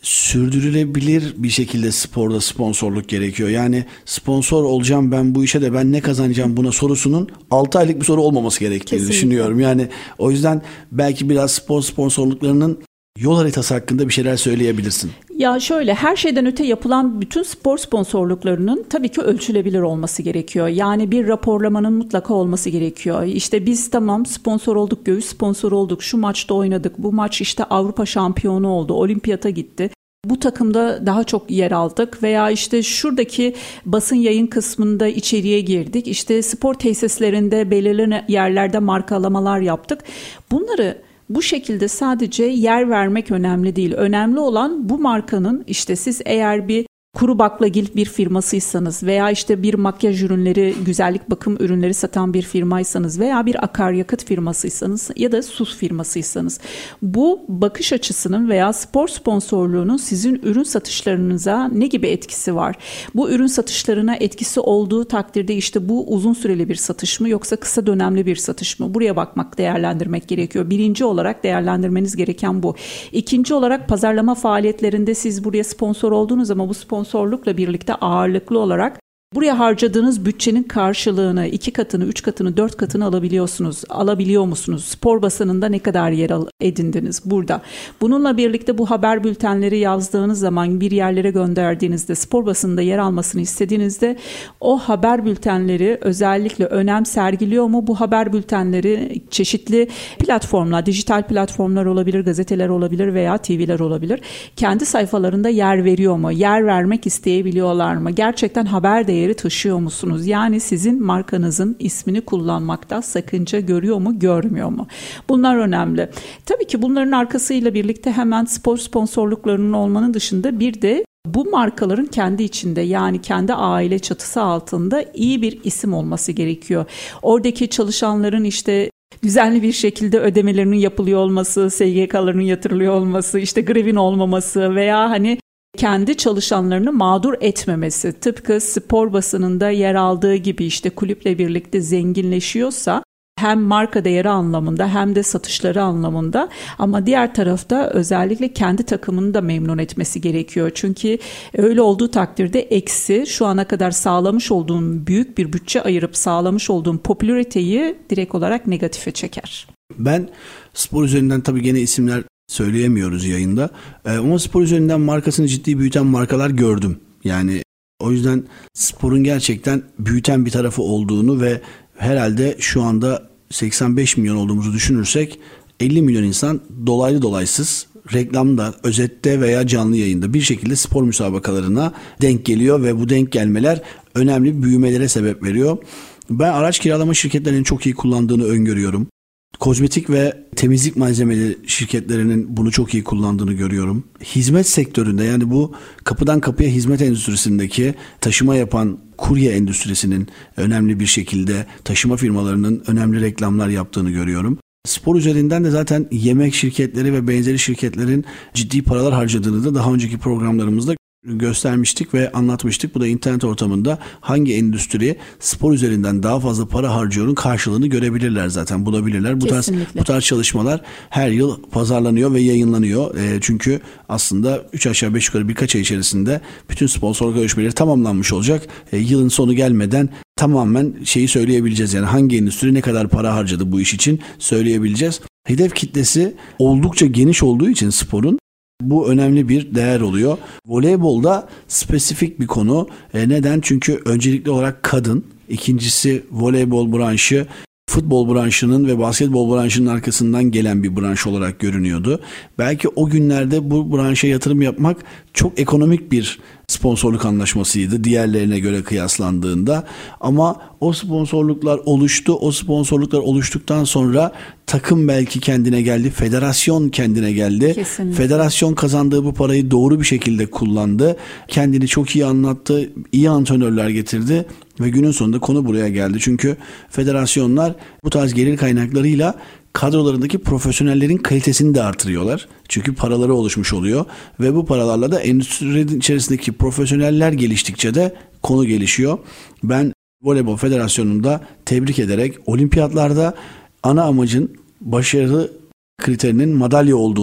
sürdürülebilir bir şekilde sporda sponsorluk gerekiyor. Yani sponsor olacağım ben bu işe de ben ne kazanacağım buna sorusunun altı aylık bir soru olmaması gerektiğini Kesinlikle. düşünüyorum. Yani o yüzden belki biraz spor sponsorluklarının yol haritası hakkında bir şeyler söyleyebilirsin. Ya şöyle, her şeyden öte yapılan bütün spor sponsorluklarının tabii ki ölçülebilir olması gerekiyor. Yani bir raporlamanın mutlaka olması gerekiyor. İşte biz tamam sponsor olduk, göğüs sponsor olduk, şu maçta oynadık, bu maç işte Avrupa şampiyonu oldu, olimpiyata gitti. Bu takımda daha çok yer aldık veya işte şuradaki basın yayın kısmında içeriye girdik. İşte spor tesislerinde belirli yerlerde markalamalar yaptık. Bunları bu şekilde sadece yer vermek önemli değil. Önemli olan bu markanın, işte siz eğer bir kuru baklagil bir firmasıysanız veya işte bir makyaj ürünleri, güzellik bakım ürünleri satan bir firmaysanız veya bir akaryakıt firmasıysanız ya da su firmasıysanız, bu bakış açısının veya spor sponsorluğunun sizin ürün satışlarınıza ne gibi etkisi var? Bu ürün satışlarına etkisi olduğu takdirde işte bu uzun süreli bir satış mı yoksa kısa dönemli bir satış mı? Buraya bakmak, değerlendirmek gerekiyor. Birinci olarak değerlendirmeniz gereken bu. İkinci olarak pazarlama faaliyetlerinde siz buraya sponsor oldunuz ama bu sponsor sponsorlukla birlikte ağırlıklı olarak buraya harcadığınız bütçenin karşılığını, iki katını, üç katını, dört katını alabiliyorsunuz. Alabiliyor musunuz? Spor basınında ne kadar yer edindiniz burada? Bununla birlikte bu haber bültenleri yazdığınız zaman, bir yerlere gönderdiğinizde, spor basınında yer almasını istediğinizde o haber bültenleri özellikle önem sergiliyor mu? Bu haber bültenleri çeşitli platformlar, dijital platformlar olabilir, gazeteler olabilir veya T V'ler olabilir. Kendi sayfalarında yer veriyor mu? Yer vermek isteyebiliyorlar mı? Gerçekten haber değeri değeri taşıyor musunuz? Yani sizin markanızın ismini kullanmakta sakınca görüyor mu, görmüyor mu? Bunlar önemli. Tabii ki bunların arkasıyla birlikte hemen spor sponsorluklarının olmanın dışında bir de bu markaların kendi içinde, yani kendi aile çatısı altında iyi bir isim olması gerekiyor. Oradaki çalışanların işte düzenli bir şekilde ödemelerinin yapılıyor olması, S G K'larının yatırılıyor olması, işte grevin olmaması veya hani kendi çalışanlarını mağdur etmemesi, tıpkı spor basınında yer aldığı gibi işte kulüple birlikte zenginleşiyorsa hem marka değeri anlamında hem de satışları anlamında, ama diğer tarafta özellikle kendi takımını da memnun etmesi gerekiyor. Çünkü öyle olduğu takdirde eksi şu ana kadar sağlamış olduğun büyük bir bütçe ayırıp sağlamış olduğun popülariteyi direkt olarak negatife çeker. Ben spor üzerinden tabii gene isimler söyleyemiyoruz yayında. Ee, ama spor üzerinden markasını ciddi büyüten markalar gördüm. Yani o yüzden sporun gerçekten büyüten bir tarafı olduğunu ve herhalde şu anda seksen beş milyon olduğumuzu düşünürsek elli milyon insan dolaylı dolaysız reklamda, özette veya canlı yayında bir şekilde spor müsabakalarına denk geliyor ve bu denk gelmeler önemli büyümelere sebep veriyor. Ben araç kiralama şirketlerinin çok iyi kullandığını öngörüyorum. Kozmetik ve temizlik malzemeleri şirketlerinin bunu çok iyi kullandığını görüyorum. Hizmet sektöründe, yani bu kapıdan kapıya hizmet endüstrisindeki taşıma yapan kurye endüstrisinin önemli bir şekilde, taşıma firmalarının önemli reklamlar yaptığını görüyorum. Spor üzerinden de zaten yemek şirketleri ve benzeri şirketlerin ciddi paralar harcadığını da daha önceki programlarımızda göstermiştik ve anlatmıştık. Bu da internet ortamında hangi endüstri spor üzerinden daha fazla para harcıyorun karşılığını görebilirler, zaten bulabilirler. Bu tarz, bu tarz çalışmalar her yıl pazarlanıyor ve yayınlanıyor. E, çünkü aslında üç aşağı beş yukarı birkaç ay içerisinde bütün sponsorluk görüşmeleri tamamlanmış olacak. E, yılın sonu gelmeden tamamen şeyi söyleyebileceğiz. Yani hangi endüstri ne kadar para harcadı bu iş için söyleyebileceğiz. Hedef kitlesi oldukça geniş olduğu için sporun bu önemli bir değer oluyor. Voleybolda spesifik bir konu. E neden? Çünkü öncelikli olarak kadın, ikincisi voleybol branşı futbol branşının ve basketbol branşının arkasından gelen bir branş olarak görünüyordu. Belki o günlerde bu branşa yatırım yapmak çok ekonomik bir sponsorluk anlaşmasıydı diğerlerine göre kıyaslandığında. Ama o sponsorluklar oluştu. O sponsorluklar oluştuktan sonra takım belki kendine geldi. Federasyon kendine geldi. Kesinlikle. Federasyon kazandığı bu parayı doğru bir şekilde kullandı. Kendini çok iyi anlattı. İyi antrenörler getirdi. Ve günün sonunda konu buraya geldi. Çünkü federasyonlar bu tarz gelir kaynaklarıyla kadrolarındaki profesyonellerin kalitesini de artırıyorlar. Çünkü paraları oluşmuş oluyor. Ve bu paralarla da endüstrinin içerisindeki profesyoneller geliştikçe de konu gelişiyor. Ben Voleybol Federasyonu'nu da tebrik ederek olimpiyatlarda ana amacın başarı kriterinin madalya olduğunu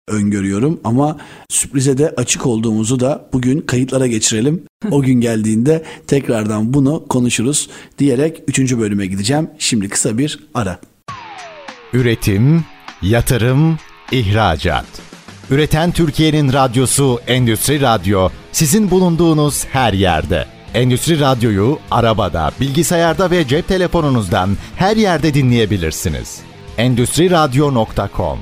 öngörüyorum ama sürprize de açık olduğumuzu da bugün kayıtlara geçirelim. O gün geldiğinde tekrardan bunu konuşuruz diyerek üçüncü bölüme gideceğim. Şimdi kısa bir ara. Üretim, yatırım, ihracat. Üreten Türkiye'nin radyosu Endüstri Radyo, sizin bulunduğunuz her yerde. Endüstri Radyo'yu arabada, bilgisayarda ve cep telefonunuzdan her yerde dinleyebilirsiniz. endüstri radyo nokta com.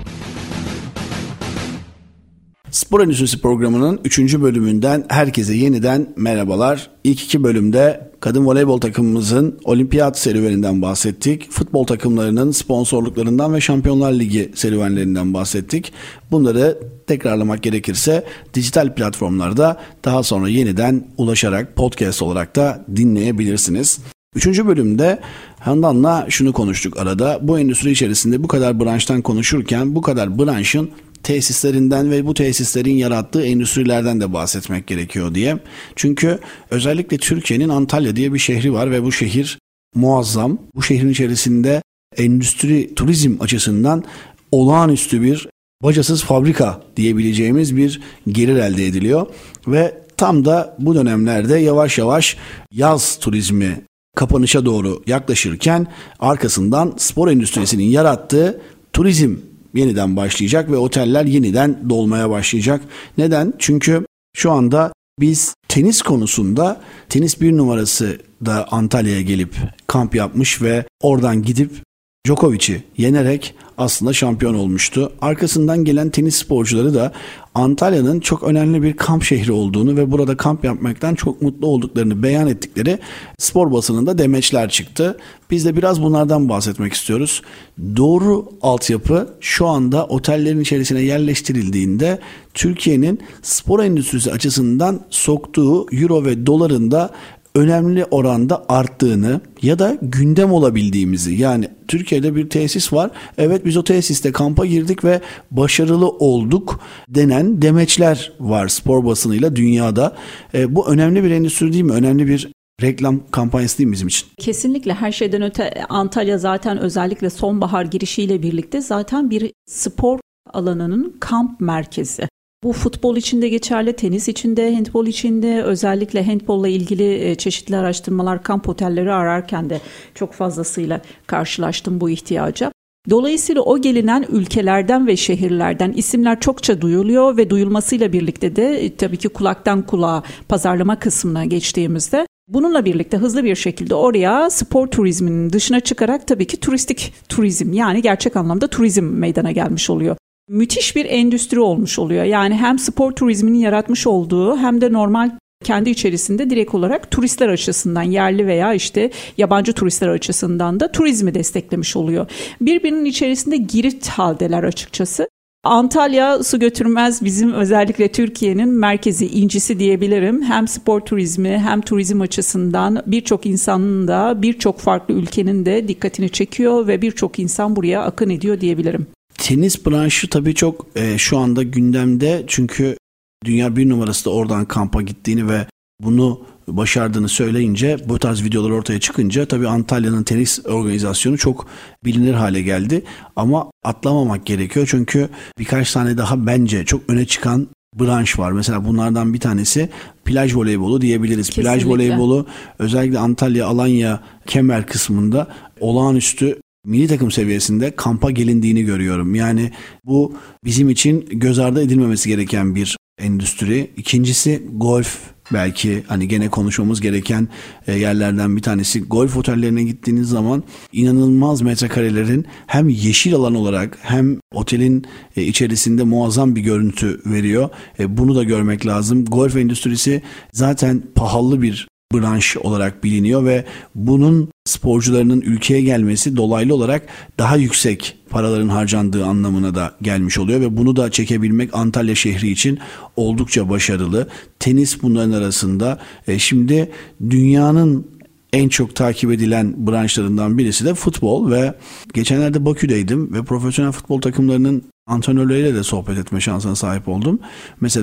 Spor Endüstrisi programının üçüncü bölümünden herkese yeniden merhabalar. İlk iki bölümde kadın voleybol takımımızın olimpiyat serüveninden bahsettik. Futbol takımlarının sponsorluklarından ve Şampiyonlar Ligi serüvenlerinden bahsettik. Bunları tekrarlamak gerekirse dijital platformlarda daha sonra yeniden ulaşarak podcast olarak da dinleyebilirsiniz. Üçüncü bölümde Handan'la şunu konuştuk arada. Bu endüstri içerisinde bu kadar branştan konuşurken bu kadar branşın tesislerinden ve bu tesislerin yarattığı endüstrilerden de bahsetmek gerekiyor diye. Çünkü özellikle Türkiye'nin Antalya diye bir şehri var ve bu şehir muazzam. Bu şehrin içerisinde endüstri, turizm açısından olağanüstü bir bacasız fabrika diyebileceğimiz bir gelir elde ediliyor. Ve tam da bu dönemlerde yavaş yavaş yaz turizmi kapanışa doğru yaklaşırken arkasından spor endüstrisinin yarattığı turizm yeniden başlayacak ve oteller yeniden dolmaya başlayacak. Neden? Çünkü şu anda biz tenis konusunda tenis bir numarası da Antalya'ya gelip kamp yapmış ve oradan gidip Djokovic'i yenerek aslında şampiyon olmuştu. Arkasından gelen tenis sporcuları da Antalya'nın çok önemli bir kamp şehri olduğunu ve burada kamp yapmaktan çok mutlu olduklarını beyan ettikleri spor basınında demeçler çıktı. Biz de biraz bunlardan bahsetmek istiyoruz. Doğru altyapı şu anda otellerin içerisine yerleştirildiğinde Türkiye'nin spor endüstrisi açısından soktuğu euro ve doların da önemli oranda arttığını ya da gündem olabildiğimizi, yani Türkiye'de bir tesis var, evet biz o tesiste kampa girdik ve başarılı olduk denen demeçler var spor basınıyla dünyada. E, bu önemli bir endüstri değil mi? Önemli bir reklam kampanyası değil mi bizim için? Kesinlikle, her şeyden öte Antalya zaten özellikle sonbahar girişiyle birlikte zaten bir spor alanının kamp merkezi. Bu futbol için de geçerli, tenis için de, handbol için de, özellikle handbolla ilgili çeşitli araştırmalar, kamp otelleri ararken de çok fazlasıyla karşılaştım bu ihtiyaca. Dolayısıyla o gelinen ülkelerden ve şehirlerden isimler çokça duyuluyor ve duyulmasıyla birlikte de tabii ki kulaktan kulağa pazarlama kısmına geçtiğimizde bununla birlikte hızlı bir şekilde oraya spor turizminin dışına çıkarak tabii ki turistik turizm, yani gerçek anlamda turizm meydana gelmiş oluyor. Müthiş bir endüstri olmuş oluyor. Yani hem spor turizminin yaratmış olduğu hem de normal kendi içerisinde direkt olarak turistler açısından, yerli veya işte yabancı turistler açısından da turizmi desteklemiş oluyor. Birbirinin içerisinde girit haldeler açıkçası. Antalya su götürmez bizim özellikle Türkiye'nin merkezi, incisi diyebilirim. Hem spor turizmi hem turizm açısından birçok insanın da birçok farklı ülkenin de dikkatini çekiyor ve birçok insan buraya akın ediyor diyebilirim. Tenis branşı tabii çok e, şu anda gündemde, çünkü dünya bir numarası da oradan kampa gittiğini ve bunu başardığını söyleyince, bu tarz videolar ortaya çıkınca tabii Antalya'nın tenis organizasyonu çok bilinir hale geldi. Ama atlamamak gerekiyor, çünkü birkaç tane daha bence çok öne çıkan branş var. Mesela bunlardan bir tanesi plaj voleybolu diyebiliriz. Kesinlikle. Plaj voleybolu özellikle Antalya, Alanya, Kemer kısmında olağanüstü milli takım seviyesinde kampa gelindiğini görüyorum. Yani bu bizim için göz ardı edilmemesi gereken bir endüstri. İkincisi golf, belki hani gene konuşmamız gereken yerlerden bir tanesi. Golf otellerine gittiğiniz zaman inanılmaz metrekarelerin hem yeşil alan olarak hem otelin içerisinde muazzam bir görüntü veriyor. Bunu da görmek lazım. Golf endüstrisi zaten pahalı bir branş olarak biliniyor ve bunun sporcularının ülkeye gelmesi dolaylı olarak daha yüksek paraların harcandığı anlamına da gelmiş oluyor ve bunu da çekebilmek Antalya şehri için oldukça başarılı. Tenis bunların arasında. E şimdi dünyanın en çok takip edilen branşlarından birisi de futbol ve geçenlerde Bakü'deydim ve profesyonel futbol takımlarının antrenörleriyle de sohbet etme şansına sahip oldum. Mesela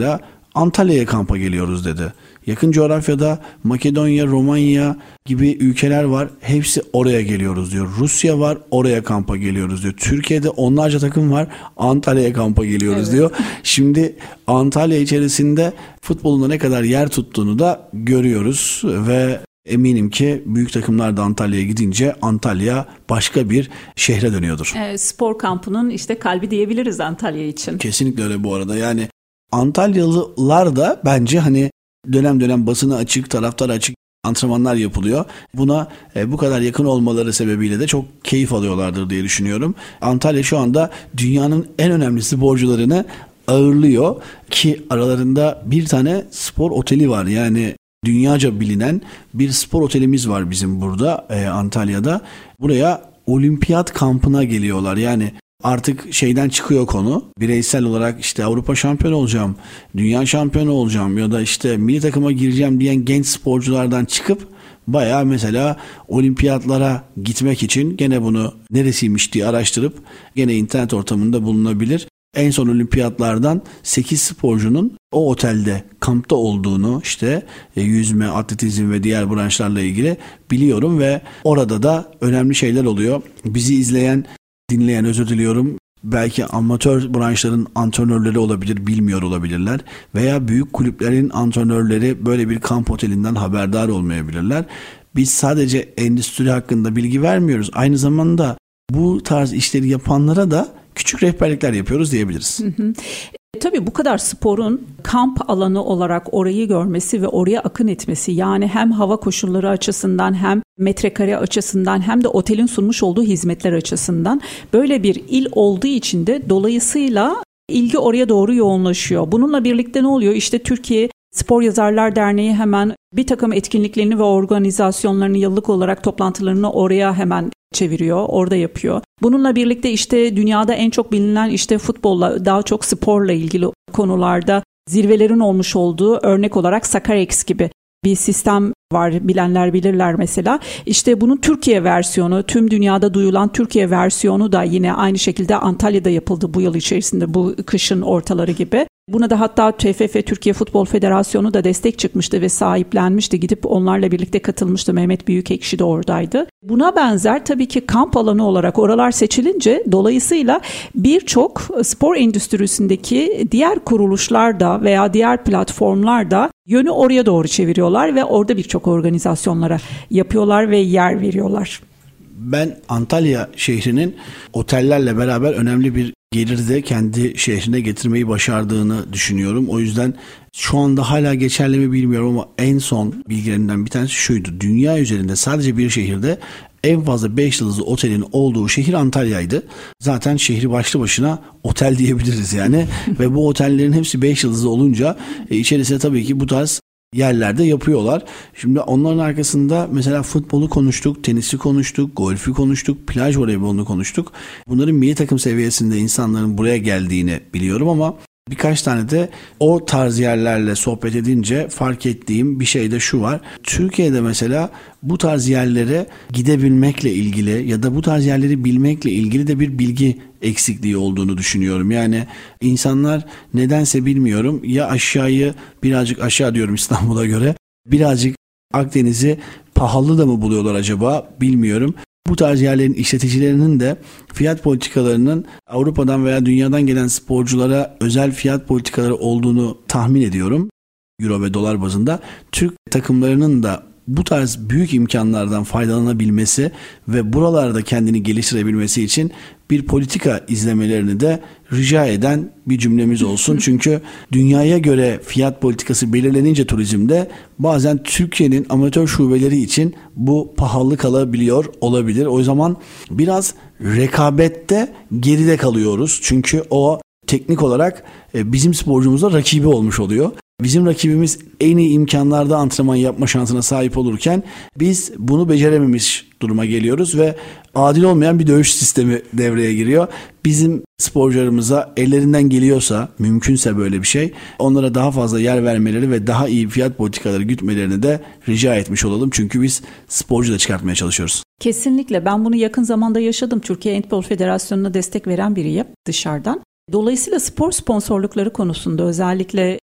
Antalya'ya kampa geliyoruz dedi. Yakın coğrafyada Makedonya, Romanya gibi ülkeler var. Hepsi oraya geliyoruz diyor. Rusya var, oraya kampa geliyoruz diyor. Türkiye'de onlarca takım var. Antalya'ya kampa geliyoruz evet. diyor. Şimdi Antalya içerisinde futbolunda ne kadar yer tuttuğunu da görüyoruz ve eminim ki büyük takımlar da Antalya'ya gidince Antalya başka bir şehre dönüyordur. E, spor kampının işte kalbi diyebiliriz Antalya için. Kesinlikle öyle bu arada. Yani Antalyalılar da bence hani dönem dönem basına açık, taraftara açık antrenmanlar yapılıyor. Buna e, bu kadar yakın olmaları sebebiyle de çok keyif alıyorlardır diye düşünüyorum. Antalya şu anda dünyanın en önemli sporcularını ağırlıyor ki aralarında bir tane spor oteli var. Yani dünyaca bilinen bir spor otelimiz var bizim burada e, Antalya'da. Buraya olimpiyat kampına geliyorlar. Yani artık şeyden çıkıyor konu. Bireysel olarak işte Avrupa şampiyonu olacağım, dünya şampiyonu olacağım ya da işte milli takıma gireceğim diyen genç sporculardan çıkıp bayağı mesela olimpiyatlara gitmek için gene bunu neresiymiş diye araştırıp gene internet ortamında bulunabilir. En son olimpiyatlardan sekiz sporcunun o otelde kampta olduğunu işte yüzme, atletizm ve diğer branşlarla ilgili biliyorum ve orada da önemli şeyler oluyor. Bizi izleyen, dinleyen özür diliyorum. Belki amatör branşların antrenörleri olabilir, bilmiyor olabilirler veya büyük kulüplerin antrenörleri böyle bir kamp otelinden haberdar olmayabilirler. Biz sadece endüstri hakkında bilgi vermiyoruz. Aynı zamanda bu tarz işleri yapanlara da küçük rehberlikler yapıyoruz diyebiliriz. Hı hı. E, tabii bu kadar sporun kamp alanı olarak orayı görmesi ve oraya akın etmesi, yani hem hava koşulları açısından hem metrekare açısından hem de otelin sunmuş olduğu hizmetler açısından böyle bir il olduğu için de dolayısıyla ilgi oraya doğru yoğunlaşıyor. Bununla birlikte ne oluyor? İşte Türkiye Spor Yazarlar Derneği hemen bir takım etkinliklerini ve organizasyonlarını, yıllık olarak toplantılarını oraya hemen çeviriyor, orada yapıyor. Bununla birlikte işte dünyada en çok bilinen işte futbolla, daha çok sporla ilgili konularda zirvelerin olmuş olduğu örnek olarak Sakarex gibi bir sistem var, bilenler bilirler mesela. İşte bunun Türkiye versiyonu, tüm dünyada duyulan Türkiye versiyonu da yine aynı şekilde Antalya'da yapıldı bu yıl içerisinde, bu kışın ortaları gibi. Buna da hatta T F F, Türkiye Futbol Federasyonu da destek çıkmıştı ve sahiplenmişti. Gidip onlarla birlikte katılmıştı. Mehmet Büyükekşi de oradaydı. Buna benzer tabii ki kamp alanı olarak oralar seçilince dolayısıyla birçok spor endüstrisindeki diğer kuruluşlar da veya diğer platformlar da yönü oraya doğru çeviriyorlar ve orada birçok organizasyonlara yapıyorlar ve yer veriyorlar. Ben Antalya şehrinin otellerle beraber önemli bir geliri de kendi şehrine getirmeyi başardığını düşünüyorum. O yüzden şu anda hala geçerli mi bilmiyorum ama en son bilgilerimden bir tanesi şuydu. Dünya üzerinde sadece bir şehirde en fazla beş yıldızlı otelin olduğu şehir Antalya'ydı. Zaten şehri başlı başına otel diyebiliriz yani. Ve bu otellerin hepsi beş yıldızlı olunca e, içerisinde tabii ki bu tarz yerlerde yapıyorlar. Şimdi onların arkasında mesela futbolu konuştuk, tenisi konuştuk, golfü konuştuk, plaj voleybolunu konuştuk. Bunların milli takım seviyesinde insanların buraya geldiğini biliyorum ama birkaç tane de o tarz yerlerle sohbet edince fark ettiğim bir şey de şu var. Türkiye'de mesela bu tarz yerlere gidebilmekle ilgili ya da bu tarz yerleri bilmekle ilgili de bir bilgi eksikliği olduğunu düşünüyorum. Yani insanlar nedense bilmiyorum ya aşağıyı birazcık aşağı diyorum İstanbul'a göre birazcık Akdeniz'i pahalı da mı buluyorlar acaba bilmiyorum. Bu tarz yerlerin işleticilerinin de fiyat politikalarının Avrupa'dan veya dünyadan gelen sporculara özel fiyat politikaları olduğunu tahmin ediyorum. Euro ve dolar bazında. Türk takımlarının da bu tarz büyük imkanlardan faydalanabilmesi ve buralarda kendini geliştirebilmesi için bir politika izlemelerini de rica eden bir cümlemiz olsun. Çünkü dünyaya göre fiyat politikası belirlenince turizmde bazen Türkiye'nin amatör şubeleri için bu pahalı kalabiliyor olabilir. O zaman biraz rekabette geride kalıyoruz. Çünkü o teknik olarak bizim sporcumuzla rakibi olmuş oluyor. Bizim rakibimiz en iyi imkanlarda antrenman yapma şansına sahip olurken biz bunu becerememiş duruma geliyoruz ve adil olmayan bir dövüş sistemi devreye giriyor. Bizim sporcularımıza ellerinden geliyorsa, mümkünse böyle bir şey, onlara daha fazla yer vermeleri ve daha iyi fiyat politikaları gütmelerini de rica etmiş olalım. Çünkü biz sporcu da çıkartmaya çalışıyoruz. Kesinlikle, ben bunu yakın zamanda yaşadım. Türkiye Handbol Federasyonu'na destek veren biriyim dışarıdan. Dolayısıyla spor sponsorlukları konusunda özellikle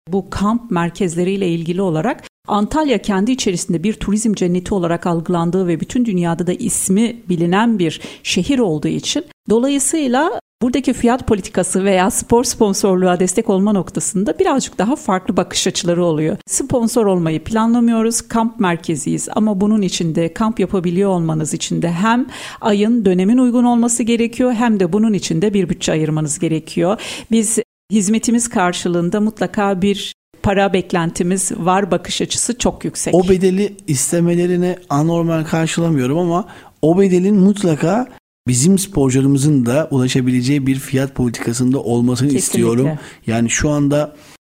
bu kamp merkezleriyle ilgili olarak Antalya kendi içerisinde bir turizm cenneti olarak algılandığı ve bütün dünyada da ismi bilinen bir şehir olduğu için dolayısıyla buradaki fiyat politikası veya spor sponsorluğa destek olma noktasında birazcık daha farklı bakış açıları oluyor. Sponsor olmayı planlamıyoruz, kamp merkeziyiz ama bunun içinde kamp yapabiliyor olmanız için de hem ayın, dönemin uygun olması gerekiyor hem de bunun için de bir bütçe ayırmanız gerekiyor. Biz hizmetimiz karşılığında mutlaka bir para beklentimiz var, bakış açısı çok yüksek. O bedeli istemelerini anormal karşılamıyorum ama o bedelin mutlaka bizim sporcularımızın da ulaşabileceği bir fiyat politikasında olmasını Kesinlikle. istiyorum. Yani şu anda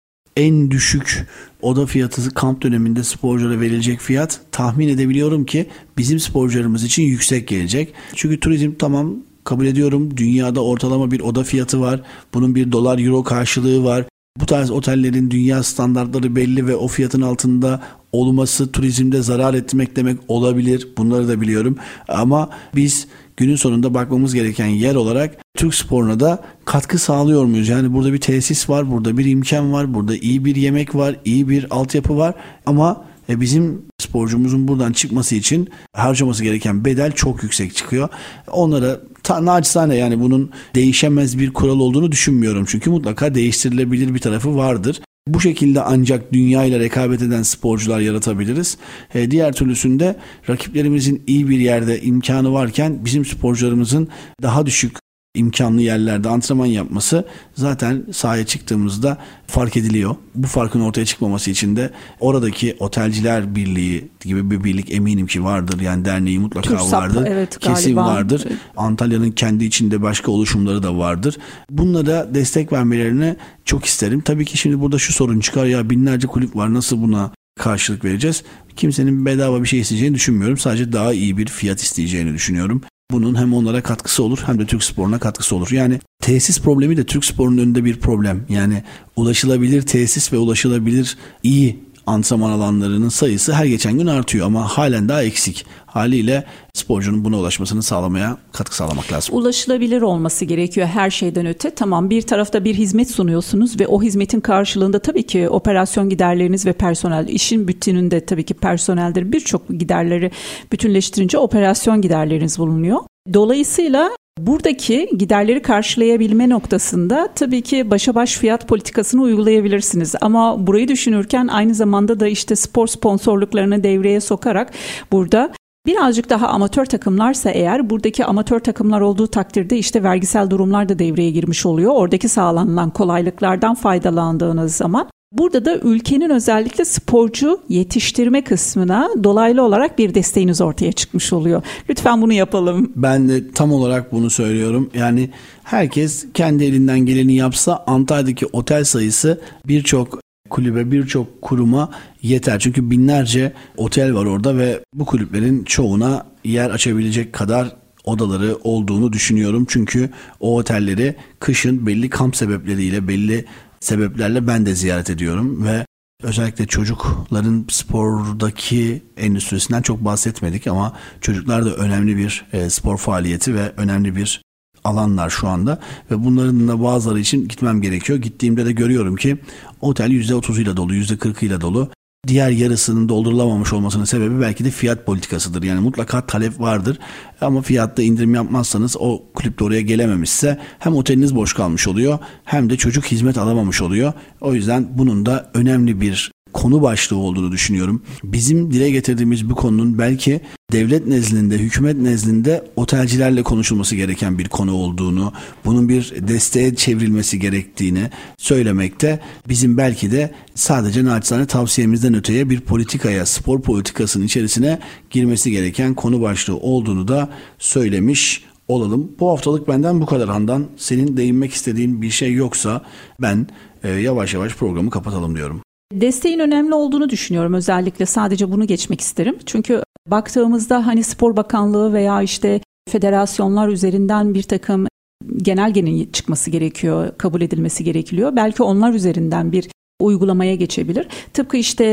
en düşük oda fiyatı kamp döneminde sporculara verilecek fiyat tahmin edebiliyorum ki bizim sporcularımız için yüksek gelecek. Çünkü turizm tamam kabul ediyorum, dünyada ortalama bir oda fiyatı var. Bunun bir dolar euro karşılığı var. Bu tarz otellerin dünya standartları belli ve o fiyatın altında olması turizmde zarar etmek demek olabilir. Bunları da biliyorum. Ama biz günün sonunda bakmamız gereken yer olarak Türk sporuna da katkı sağlıyor muyuz? Yani burada bir tesis var, burada bir imkan var, burada iyi bir yemek var, iyi bir altyapı var. Ama bizim sporcumuzun buradan çıkması için harcaması gereken bedel çok yüksek çıkıyor. Onlara ta, naçizane yani bunun değişemez bir kural olduğunu düşünmüyorum. Çünkü mutlaka değiştirilebilir bir tarafı vardır. Bu şekilde ancak dünya ile rekabet eden sporcular yaratabiliriz. E, diğer türlüsünde rakiplerimizin iyi bir yerde imkanı varken bizim sporcularımızın daha düşük imkanlı yerlerde antrenman yapması zaten sahaya çıktığımızda fark ediliyor. Bu farkın ortaya çıkmaması için de oradaki Otelciler Birliği gibi bir birlik eminim ki vardır. Yani derneği mutlaka TÜRSAP, vardır. Evet, kesin vardır. Evet. Antalya'nın kendi içinde başka oluşumları da vardır. Bunlara destek vermelerini çok isterim. Tabii ki şimdi burada şu sorun çıkar, ya binlerce kulüp var, nasıl buna karşılık vereceğiz? Kimsenin bedava bir şey isteyeceğini düşünmüyorum. Sadece daha iyi bir fiyat isteyeceğini düşünüyorum. Bunun hem onlara katkısı olur hem de Türk sporuna katkısı olur. Yani tesis problemi de Türk sporunun önünde bir problem. Yani ulaşılabilir tesis ve ulaşılabilir iyi antrenman alanlarının sayısı her geçen gün artıyor ama halen daha eksik. Haliyle sporcunun buna ulaşmasını sağlamaya katkı sağlamak lazım. Ulaşılabilir olması gerekiyor her şeyden öte. Tamam, bir tarafta bir hizmet sunuyorsunuz ve o hizmetin karşılığında tabii ki operasyon giderleriniz ve personel, işin bütününde tabii ki personeldir. Birçok giderleri bütünleştirince operasyon giderleriniz bulunuyor. Dolayısıyla buradaki giderleri karşılayabilme noktasında tabii ki başa baş fiyat politikasını uygulayabilirsiniz. Ama burayı düşünürken aynı zamanda da işte spor sponsorluklarını devreye sokarak burada birazcık daha amatör takımlarsa eğer, buradaki amatör takımlar olduğu takdirde işte vergisel durumlar da devreye girmiş oluyor. Oradaki sağlanılan kolaylıklardan faydalandığınız zaman burada da ülkenin özellikle sporcu yetiştirme kısmına dolaylı olarak bir desteğiniz ortaya çıkmış oluyor. Lütfen bunu yapalım. Ben de tam olarak bunu söylüyorum. Yani herkes kendi elinden geleni yapsa Antalya'daki otel sayısı birçok kulübe, birçok kuruma yeter. Çünkü binlerce otel var orada ve bu kulüplerin çoğuna yer açabilecek kadar odaları olduğunu düşünüyorum. Çünkü o otelleri kışın belli kamp sebepleriyle, belli sebeplerle ben de ziyaret ediyorum ve özellikle çocukların spordaki endüstrisinden çok bahsetmedik ama çocuklar da önemli bir e, spor faaliyeti ve önemli bir alanlar şu anda ve bunların da bazıları için gitmem gerekiyor. Gittiğimde de görüyorum ki otel yüzde otuzuyla dolu, yüzde kırkıyla dolu. Diğer yarısının doldurulamamış olmasının sebebi belki de fiyat politikasıdır. Yani mutlaka talep vardır ama fiyatta indirim yapmazsanız o kulüp de oraya gelememişse hem oteliniz boş kalmış oluyor hem de çocuk hizmet alamamış oluyor. O yüzden bunun da önemli bir konu başlığı olduğunu düşünüyorum. Bizim dile getirdiğimiz bu konunun belki devlet nezdinde, hükümet nezdinde otelcilerle konuşulması gereken bir konu olduğunu, bunun bir desteğe çevrilmesi gerektiğini söylemekte bizim belki de sadece naçizane tavsiyemizden öteye bir politikaya, spor politikasının içerisine girmesi gereken konu başlığı olduğunu da söylemiş olalım. Bu haftalık benden bu kadar Handan. Senin değinmek istediğin bir şey yoksa ben e, yavaş yavaş programı kapatalım diyorum. Desteğin önemli olduğunu düşünüyorum. Özellikle sadece bunu geçmek isterim. Çünkü baktığımızda hani Spor Bakanlığı veya işte federasyonlar üzerinden bir takım genelgenin çıkması gerekiyor, kabul edilmesi gerekiyor. Belki onlar üzerinden bir uygulamaya geçebilir. Tıpkı işte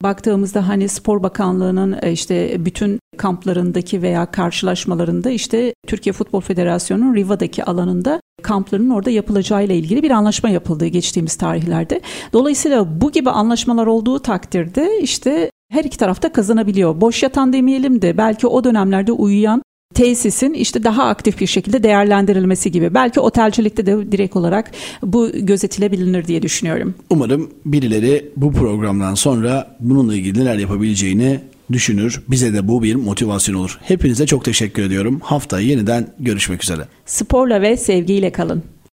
baktığımızda hani Spor Bakanlığı'nın işte bütün kamplarındaki veya karşılaşmalarında işte Türkiye Futbol Federasyonu'nun Riva'daki alanında kampların orada yapılacağıyla ilgili bir anlaşma yapıldığı geçtiğimiz tarihlerde. Dolayısıyla bu gibi anlaşmalar olduğu takdirde işte her iki tarafta kazanabiliyor. Boş yatan demeyelim de belki o dönemlerde uyuyan tesisin işte daha aktif bir şekilde değerlendirilmesi gibi. Belki otelcilikte de direkt olarak bu gözetilebilir diye düşünüyorum. Umarım birileri bu programdan sonra bununla ilgili neler yapabileceğini düşünür. Bize de bu bir motivasyon olur. Hepinize çok teşekkür ediyorum. Haftaya yeniden görüşmek üzere. Sporla ve sevgiyle kalın.